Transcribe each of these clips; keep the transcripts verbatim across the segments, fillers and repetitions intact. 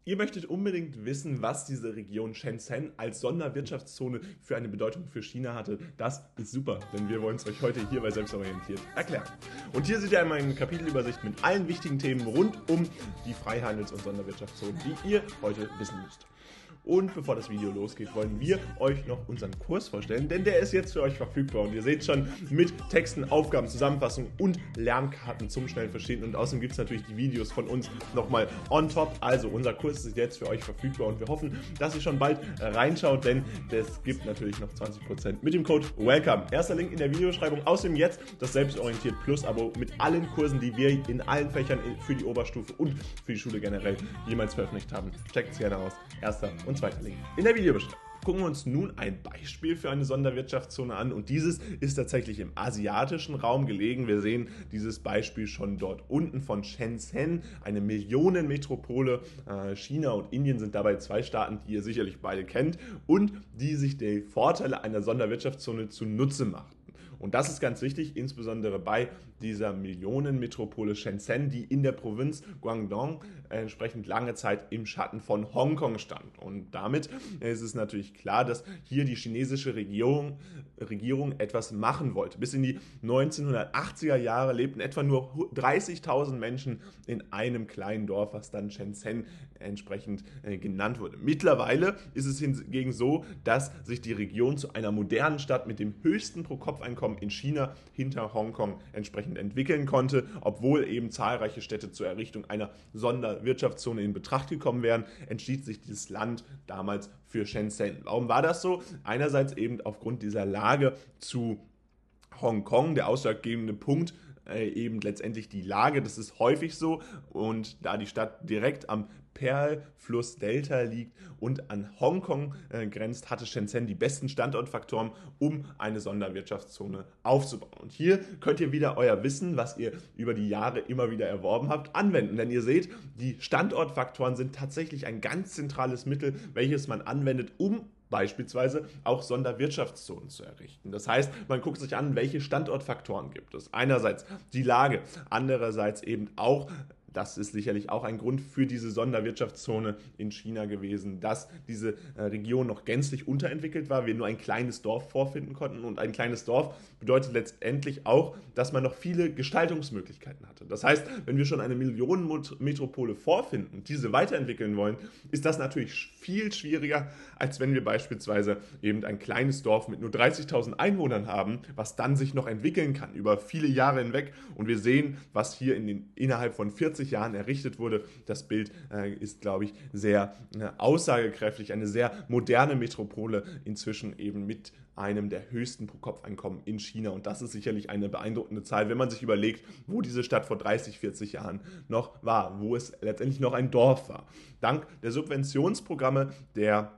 Ihr möchtet unbedingt wissen, was diese Region Shenzhen als Sonderwirtschaftszone für eine Bedeutung für China hatte. Das ist super, denn wir wollen es euch heute hier bei Selbstorientiert erklären. Und hier seht ihr einmal eine Kapitelübersicht mit allen wichtigen Themen rund um die Freihandels- und Sonderwirtschaftszonen, die ihr heute wissen müsst. Und bevor das Video losgeht, wollen wir euch noch unseren Kurs vorstellen, denn der ist jetzt für euch verfügbar und ihr seht schon mit Texten, Aufgaben, Zusammenfassungen und Lernkarten zum schnellen Verstehen und außerdem gibt es natürlich die Videos von uns nochmal on top. Also unser Kurs ist jetzt für euch verfügbar und wir hoffen, dass ihr schon bald reinschaut, denn es gibt natürlich noch zwanzig Prozent mit dem Code WELCOME. Erster Link in der Videobeschreibung. Außerdem jetzt das Selbstorientiert Plus Abo mit allen Kursen, die wir in allen Fächern für die Oberstufe und für die Schule generell jemals veröffentlicht haben. Checkt es gerne aus. Erster und zweiter Link in der Videobeschreibung. Gucken wir uns nun ein Beispiel für eine Sonderwirtschaftszone an und dieses ist tatsächlich im asiatischen Raum gelegen. Wir sehen dieses Beispiel schon dort unten von Shenzhen, eine Millionenmetropole. China und Indien sind dabei zwei Staaten, die ihr sicherlich beide kennt und die sich die Vorteile einer Sonderwirtschaftszone zunutze machen. Und das ist ganz wichtig, insbesondere bei dieser Millionenmetropole Shenzhen, die in der Provinz Guangdong entsprechend lange Zeit im Schatten von Hongkong stand. Und damit ist es natürlich klar, dass hier die chinesische Regierung, Regierung etwas machen wollte. Bis in die neunzehnhundertachtziger Jahre lebten etwa nur dreißigtausend Menschen in einem kleinen Dorf, was dann Shenzhen entsprechend genannt wurde. Mittlerweile ist es hingegen so, dass sich die Region zu einer modernen Stadt mit dem höchsten Pro-Kopf-Einkommen in China hinter Hongkong entsprechend entwickeln konnte, obwohl eben zahlreiche Städte zur Errichtung einer Sonderwirtschaftszone in Betracht gekommen wären, entschied sich dieses Land damals für Shenzhen. Warum war das so? Einerseits eben aufgrund dieser Lage zu Hongkong, der ausschlaggebende Punkt, eben letztendlich die Lage, das ist häufig so und da die Stadt direkt am Pearl-Fluss-Delta liegt und an Hongkong äh, grenzt, hatte Shenzhen die besten Standortfaktoren, um eine Sonderwirtschaftszone aufzubauen. Und hier könnt ihr wieder euer Wissen, was ihr über die Jahre immer wieder erworben habt, anwenden. Denn ihr seht, die Standortfaktoren sind tatsächlich ein ganz zentrales Mittel, welches man anwendet, um beispielsweise auch Sonderwirtschaftszonen zu errichten. Das heißt, man guckt sich an, welche Standortfaktoren gibt es. Einerseits die Lage, andererseits eben auch, das ist sicherlich auch ein Grund für diese Sonderwirtschaftszone in China gewesen, dass diese äh, Region noch gänzlich unterentwickelt war, wir nur ein kleines Dorf vorfinden konnten und ein kleines Dorf bedeutet letztendlich auch, dass man noch viele Gestaltungsmöglichkeiten hatte. Das heißt, wenn wir schon eine Millionenmetropole vorfinden und diese weiterentwickeln wollen, ist das natürlich viel schwieriger, als wenn wir beispielsweise eben ein kleines Dorf mit nur dreißigtausend Einwohnern haben, was dann sich noch entwickeln kann über viele Jahre hinweg und wir sehen, was hier in den, innerhalb von vierzig Jahren errichtet wurde. Das Bild äh, ist, glaube ich, sehr äh, aussagekräftig, eine sehr moderne Metropole, inzwischen eben mit einem der höchsten Pro-Kopf-Einkommen in China und das ist sicherlich eine beeindruckende Zahl, wenn man sich überlegt, wo diese Stadt vor dreißig, vierzig Jahren noch war, wo es letztendlich noch ein Dorf war. Dank der Subventionsprogramme der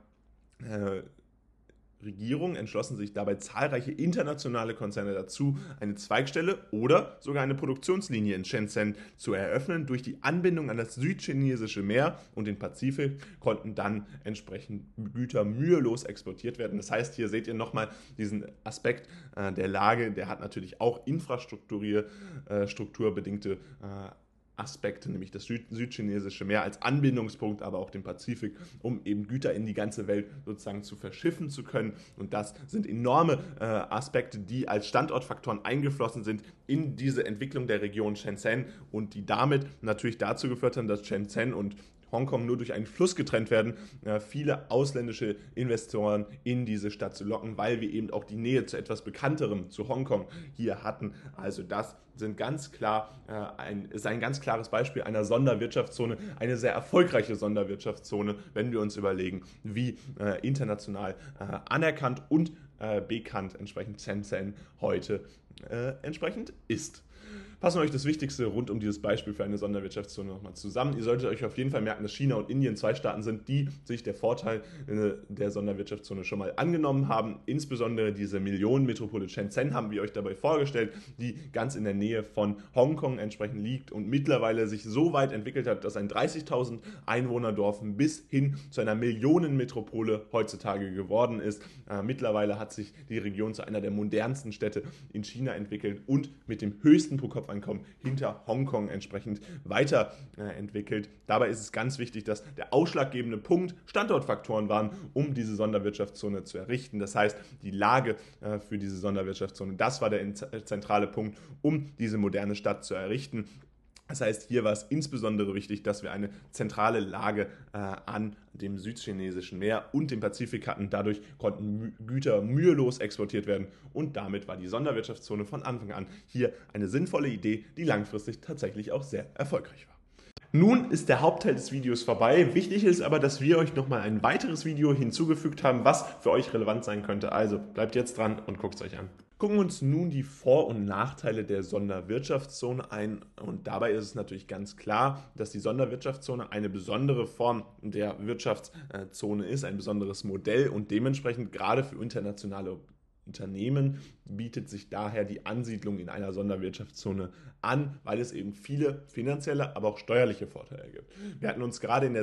äh, Regierung entschlossen sich dabei zahlreiche internationale Konzerne dazu, eine Zweigstelle oder sogar eine Produktionslinie in Shenzhen zu eröffnen. Durch die Anbindung an das südchinesische Meer und den Pazifik konnten dann entsprechend Güter mühelos exportiert werden. Das heißt, hier seht ihr nochmal diesen Aspekt äh, der Lage, der hat natürlich auch infrastrukturbedingte äh, Aspekte, nämlich das Süd südchinesische Meer als Anbindungspunkt, aber auch den Pazifik, um eben Güter in die ganze Welt sozusagen zu verschiffen zu können. Und das sind enorme äh, Aspekte, die als Standortfaktoren eingeflossen sind in diese Entwicklung der Region Shenzhen und die damit natürlich dazu geführt haben, dass Shenzhen und Hongkong nur durch einen Fluss getrennt werden, äh, viele ausländische Investoren in diese Stadt zu locken, weil wir eben auch die Nähe zu etwas Bekannterem, zu Hongkong hier hatten. Also das sind ganz klar, äh, ein, ist ein ganz klares Beispiel einer Sonderwirtschaftszone, eine sehr erfolgreiche Sonderwirtschaftszone, wenn wir uns überlegen, wie äh, international äh, anerkannt und äh, bekannt entsprechend Shenzhen heute äh, entsprechend ist. Fassen wir euch das Wichtigste rund um dieses Beispiel für eine Sonderwirtschaftszone nochmal zusammen. Ihr solltet euch auf jeden Fall merken, dass China und Indien zwei Staaten sind, die sich der Vorteile der Sonderwirtschaftszone schon mal angenommen haben. Insbesondere diese Millionenmetropole Shenzhen haben wir euch dabei vorgestellt, die ganz in der Nähe von Hongkong entsprechend liegt und mittlerweile sich so weit entwickelt hat, dass ein dreißigtausend Einwohnerdorf bis hin zu einer Millionenmetropole heutzutage geworden ist. Äh, mittlerweile hat sich die Region zu einer der modernsten Städte in China entwickelt und mit dem höchsten Pro-Kopf Kaufeinkommen hinter Hongkong entsprechend weiterentwickelt. Äh, Dabei ist es ganz wichtig, dass der ausschlaggebende Punkt Standortfaktoren waren, um diese Sonderwirtschaftszone zu errichten. Das heißt, die Lage äh, für diese Sonderwirtschaftszone, das war der zentrale Punkt, um diese moderne Stadt zu errichten. Das heißt, hier war es insbesondere wichtig, dass wir eine zentrale Lage äh, an dem südchinesischen Meer und dem Pazifik hatten. Dadurch konnten Mü- Güter mühelos exportiert werden und damit war die Sonderwirtschaftszone von Anfang an hier eine sinnvolle Idee, die langfristig tatsächlich auch sehr erfolgreich war. Nun ist der Hauptteil des Videos vorbei. Wichtig ist aber, dass wir euch nochmal ein weiteres Video hinzugefügt haben, was für euch relevant sein könnte. Also bleibt jetzt dran und guckt es euch an. Gucken wir uns nun die Vor- und Nachteile der Sonderwirtschaftszone ein. Und dabei ist es natürlich ganz klar, dass die Sonderwirtschaftszone eine besondere Form der Wirtschaftszone ist, ein besonderes Modell und dementsprechend gerade für internationale Unternehmen bietet sich daher die Ansiedlung in einer Sonderwirtschaftszone an, weil es eben viele finanzielle, aber auch steuerliche Vorteile gibt. Wir hatten uns gerade in der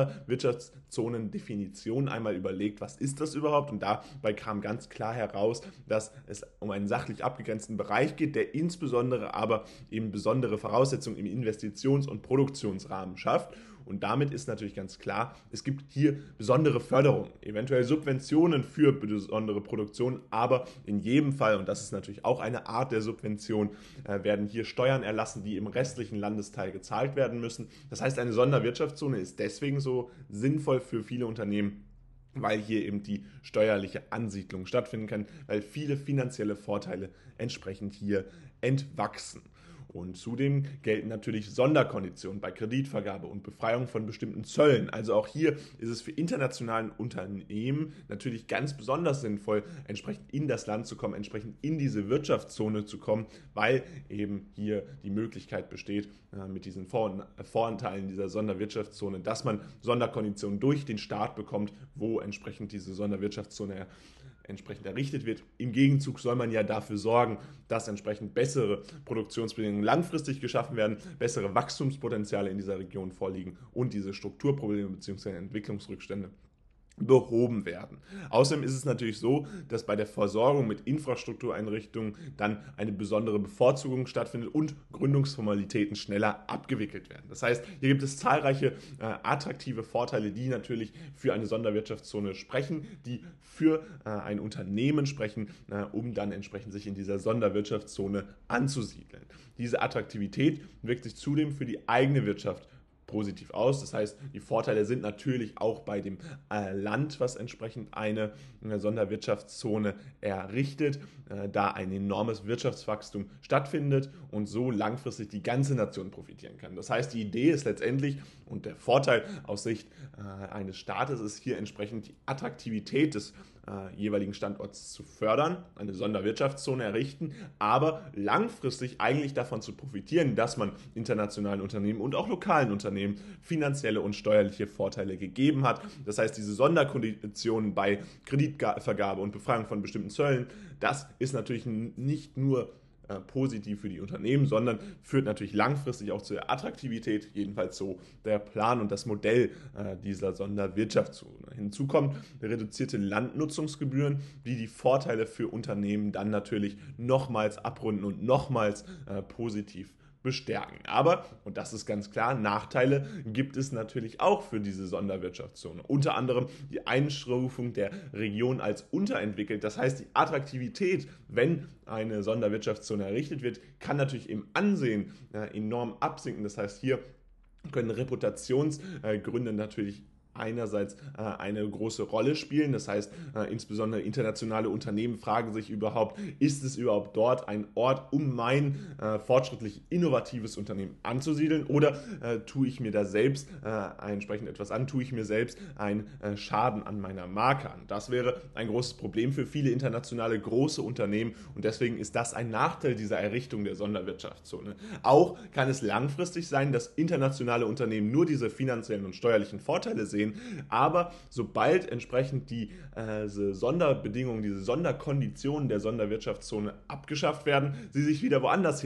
Sonderwirtschaftszonendefinition einmal überlegt, was ist das überhaupt? Und dabei kam ganz klar heraus, dass es um einen sachlich abgegrenzten Bereich geht, der insbesondere aber eben besondere Voraussetzungen im Investitions- und Produktionsrahmen schafft. Und damit ist natürlich ganz klar, es gibt hier besondere Förderungen, eventuell Subventionen für besondere Produktion, aber in jedem Fall, und das ist natürlich auch eine Art der Subvention, äh, werden hier Steuern erlassen, die im restlichen Landesteil gezahlt werden müssen. Das heißt, eine Sonderwirtschaftszone ist deswegen so sinnvoll für viele Unternehmen, weil hier eben die steuerliche Ansiedlung stattfinden kann, weil viele finanzielle Vorteile entsprechend hier entwachsen. Und zudem gelten natürlich Sonderkonditionen bei Kreditvergabe und Befreiung von bestimmten Zöllen. Also auch hier ist es für internationale Unternehmen natürlich ganz besonders sinnvoll, entsprechend in das Land zu kommen, entsprechend in diese Wirtschaftszone zu kommen, weil eben hier die Möglichkeit besteht, mit diesen Vor- Vorteilen dieser Sonderwirtschaftszone, dass man Sonderkonditionen durch den Staat bekommt, wo entsprechend diese Sonderwirtschaftszone entsprechend errichtet wird. Im Gegenzug soll man ja dafür sorgen, dass entsprechend bessere Produktionsbedingungen langfristig geschaffen werden, bessere Wachstumspotenziale in dieser Region vorliegen und diese Strukturprobleme bzw. Entwicklungsrückstände behoben werden. Außerdem ist es natürlich so, dass bei der Versorgung mit Infrastruktureinrichtungen dann eine besondere Bevorzugung stattfindet und Gründungsformalitäten schneller abgewickelt werden. Das heißt, hier gibt es zahlreiche äh, attraktive Vorteile, die natürlich für eine Sonderwirtschaftszone sprechen, die für äh, ein Unternehmen sprechen, äh, um dann entsprechend sich in dieser Sonderwirtschaftszone anzusiedeln. Diese Attraktivität wirkt sich zudem für die eigene Wirtschaft positiv aus. Das heißt, die Vorteile sind natürlich auch bei dem äh, Land, was entsprechend eine, eine Sonderwirtschaftszone errichtet, äh, da ein enormes Wirtschaftswachstum stattfindet und so langfristig die ganze Nation profitieren kann. Das heißt, die Idee ist letztendlich und der Vorteil aus Sicht äh, eines Staates ist hier entsprechend die Attraktivität des äh, jeweiligen Standorts zu fördern, eine Sonderwirtschaftszone errichten, aber langfristig eigentlich davon zu profitieren, dass man internationalen Unternehmen und auch lokalen Unternehmen finanzielle und steuerliche Vorteile gegeben hat. Das heißt, diese Sonderkonditionen bei Kreditvergabe und Befreiung von bestimmten Zöllen, das ist natürlich nicht nur positiv für die Unternehmen, sondern führt natürlich langfristig auch zur Attraktivität, jedenfalls so der Plan und das Modell äh, dieser Sonderwirtschaftszone. Hinzu kommt reduzierte Landnutzungsgebühren, die die Vorteile für Unternehmen dann natürlich nochmals abrunden und nochmals äh, positiv bestärken. Aber, und das ist ganz klar, Nachteile gibt es natürlich auch für diese Sonderwirtschaftszone. Unter anderem die Einstufung der Region als unterentwickelt. Das heißt, die Attraktivität, wenn eine Sonderwirtschaftszone errichtet wird, kann natürlich im Ansehen äh, enorm absinken. Das heißt, hier können Reputationsgründe natürlich einerseits äh, eine große Rolle spielen. Das heißt, äh, insbesondere internationale Unternehmen fragen sich überhaupt, ist es überhaupt dort ein Ort, um mein äh, fortschrittlich innovatives Unternehmen anzusiedeln, oder äh, tue ich mir da selbst äh, entsprechend etwas an, tue ich mir selbst einen äh, Schaden an meiner Marke an. Das wäre ein großes Problem für viele internationale große Unternehmen und deswegen ist das ein Nachteil dieser Errichtung der Sonderwirtschaftszone. Auch kann es langfristig sein, dass internationale Unternehmen nur diese finanziellen und steuerlichen Vorteile sehen, aber sobald entsprechend die äh, Sonderbedingungen, diese Sonderkonditionen der Sonderwirtschaftszone abgeschafft werden, sie sich wieder woanders hin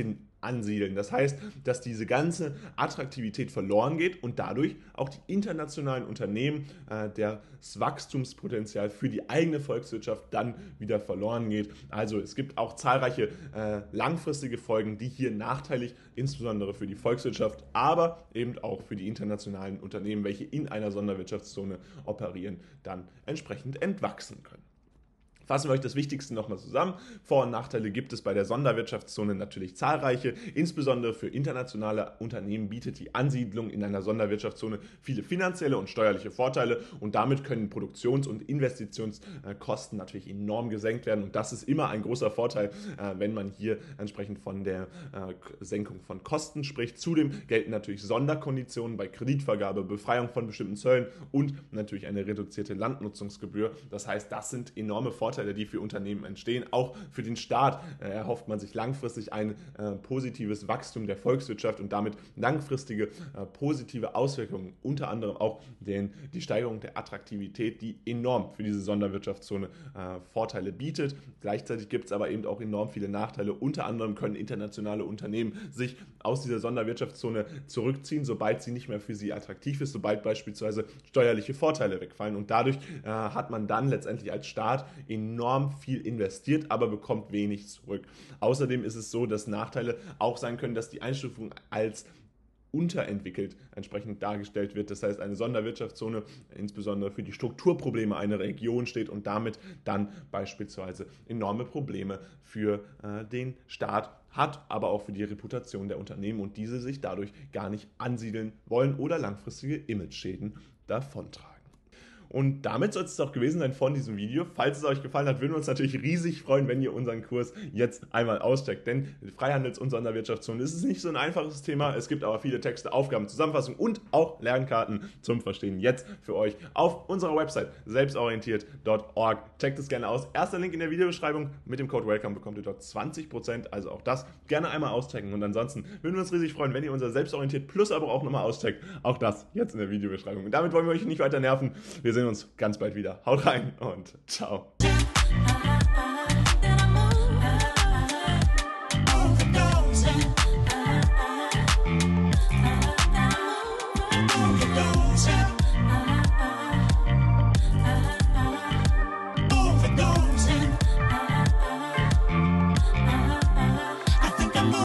ansiedeln. Das heißt, dass diese ganze Attraktivität verloren geht und dadurch auch die internationalen Unternehmen, äh, das Wachstumspotenzial für die eigene Volkswirtschaft dann wieder verloren geht. Also es gibt auch zahlreiche äh, langfristige Folgen, die hier nachteilig, insbesondere für die Volkswirtschaft, aber eben auch für die internationalen Unternehmen, welche in einer Sonderwirtschaftszone operieren, dann entsprechend entwachsen können. Fassen wir euch das Wichtigste nochmal zusammen. Vor- und Nachteile gibt es bei der Sonderwirtschaftszone natürlich zahlreiche. Insbesondere für internationale Unternehmen bietet die Ansiedlung in einer Sonderwirtschaftszone viele finanzielle und steuerliche Vorteile und damit können Produktions- und Investitionskosten natürlich enorm gesenkt werden. Und das ist immer ein großer Vorteil, wenn man hier entsprechend von der Senkung von Kosten spricht. Zudem gelten natürlich Sonderkonditionen bei Kreditvergabe, Befreiung von bestimmten Zöllen und natürlich eine reduzierte Landnutzungsgebühr. Das heißt, das sind enorme Vorteile, die für Unternehmen entstehen. Auch für den Staat äh, erhofft man sich langfristig ein äh, positives Wachstum der Volkswirtschaft und damit langfristige äh, positive Auswirkungen, unter anderem auch den, die Steigerung der Attraktivität, die enorm für diese Sonderwirtschaftszone äh, Vorteile bietet. Gleichzeitig gibt es aber eben auch enorm viele Nachteile. Unter anderem können internationale Unternehmen sich aus dieser Sonderwirtschaftszone zurückziehen, sobald sie nicht mehr für sie attraktiv ist, sobald beispielsweise steuerliche Vorteile wegfallen. Und dadurch äh, hat man dann letztendlich als Staat in enorm viel investiert, aber bekommt wenig zurück. Außerdem ist es so, dass Nachteile auch sein können, dass die Einstufung als unterentwickelt entsprechend dargestellt wird. Das heißt, eine Sonderwirtschaftszone insbesondere für die Strukturprobleme einer Region steht und damit dann beispielsweise enorme Probleme für äh, den Staat hat, aber auch für die Reputation der Unternehmen und diese sich dadurch gar nicht ansiedeln wollen oder langfristige Imageschäden davontragen. Und damit soll es auch gewesen sein von diesem Video. Falls es euch gefallen hat, würden wir uns natürlich riesig freuen, wenn ihr unseren Kurs jetzt einmal auscheckt. Denn Freihandels- und Sonderwirtschaftszone ist nicht so ein einfaches Thema. Es gibt aber viele Texte, Aufgaben, Zusammenfassungen und auch Lernkarten zum Verstehen jetzt für euch auf unserer Website selbstorientiert punkt org. Checkt es gerne aus. Erster Link in der Videobeschreibung. Mit dem Code WELCOME bekommt ihr dort zwanzig Prozent. Also auch das gerne einmal auschecken. Und ansonsten würden wir uns riesig freuen, wenn ihr unser Selbstorientiert Plus aber auch nochmal auscheckt. Auch das jetzt in der Videobeschreibung. Und damit wollen wir euch nicht weiter nerven. Wir sehen uns ganz bald wieder. Haut rein und ciao.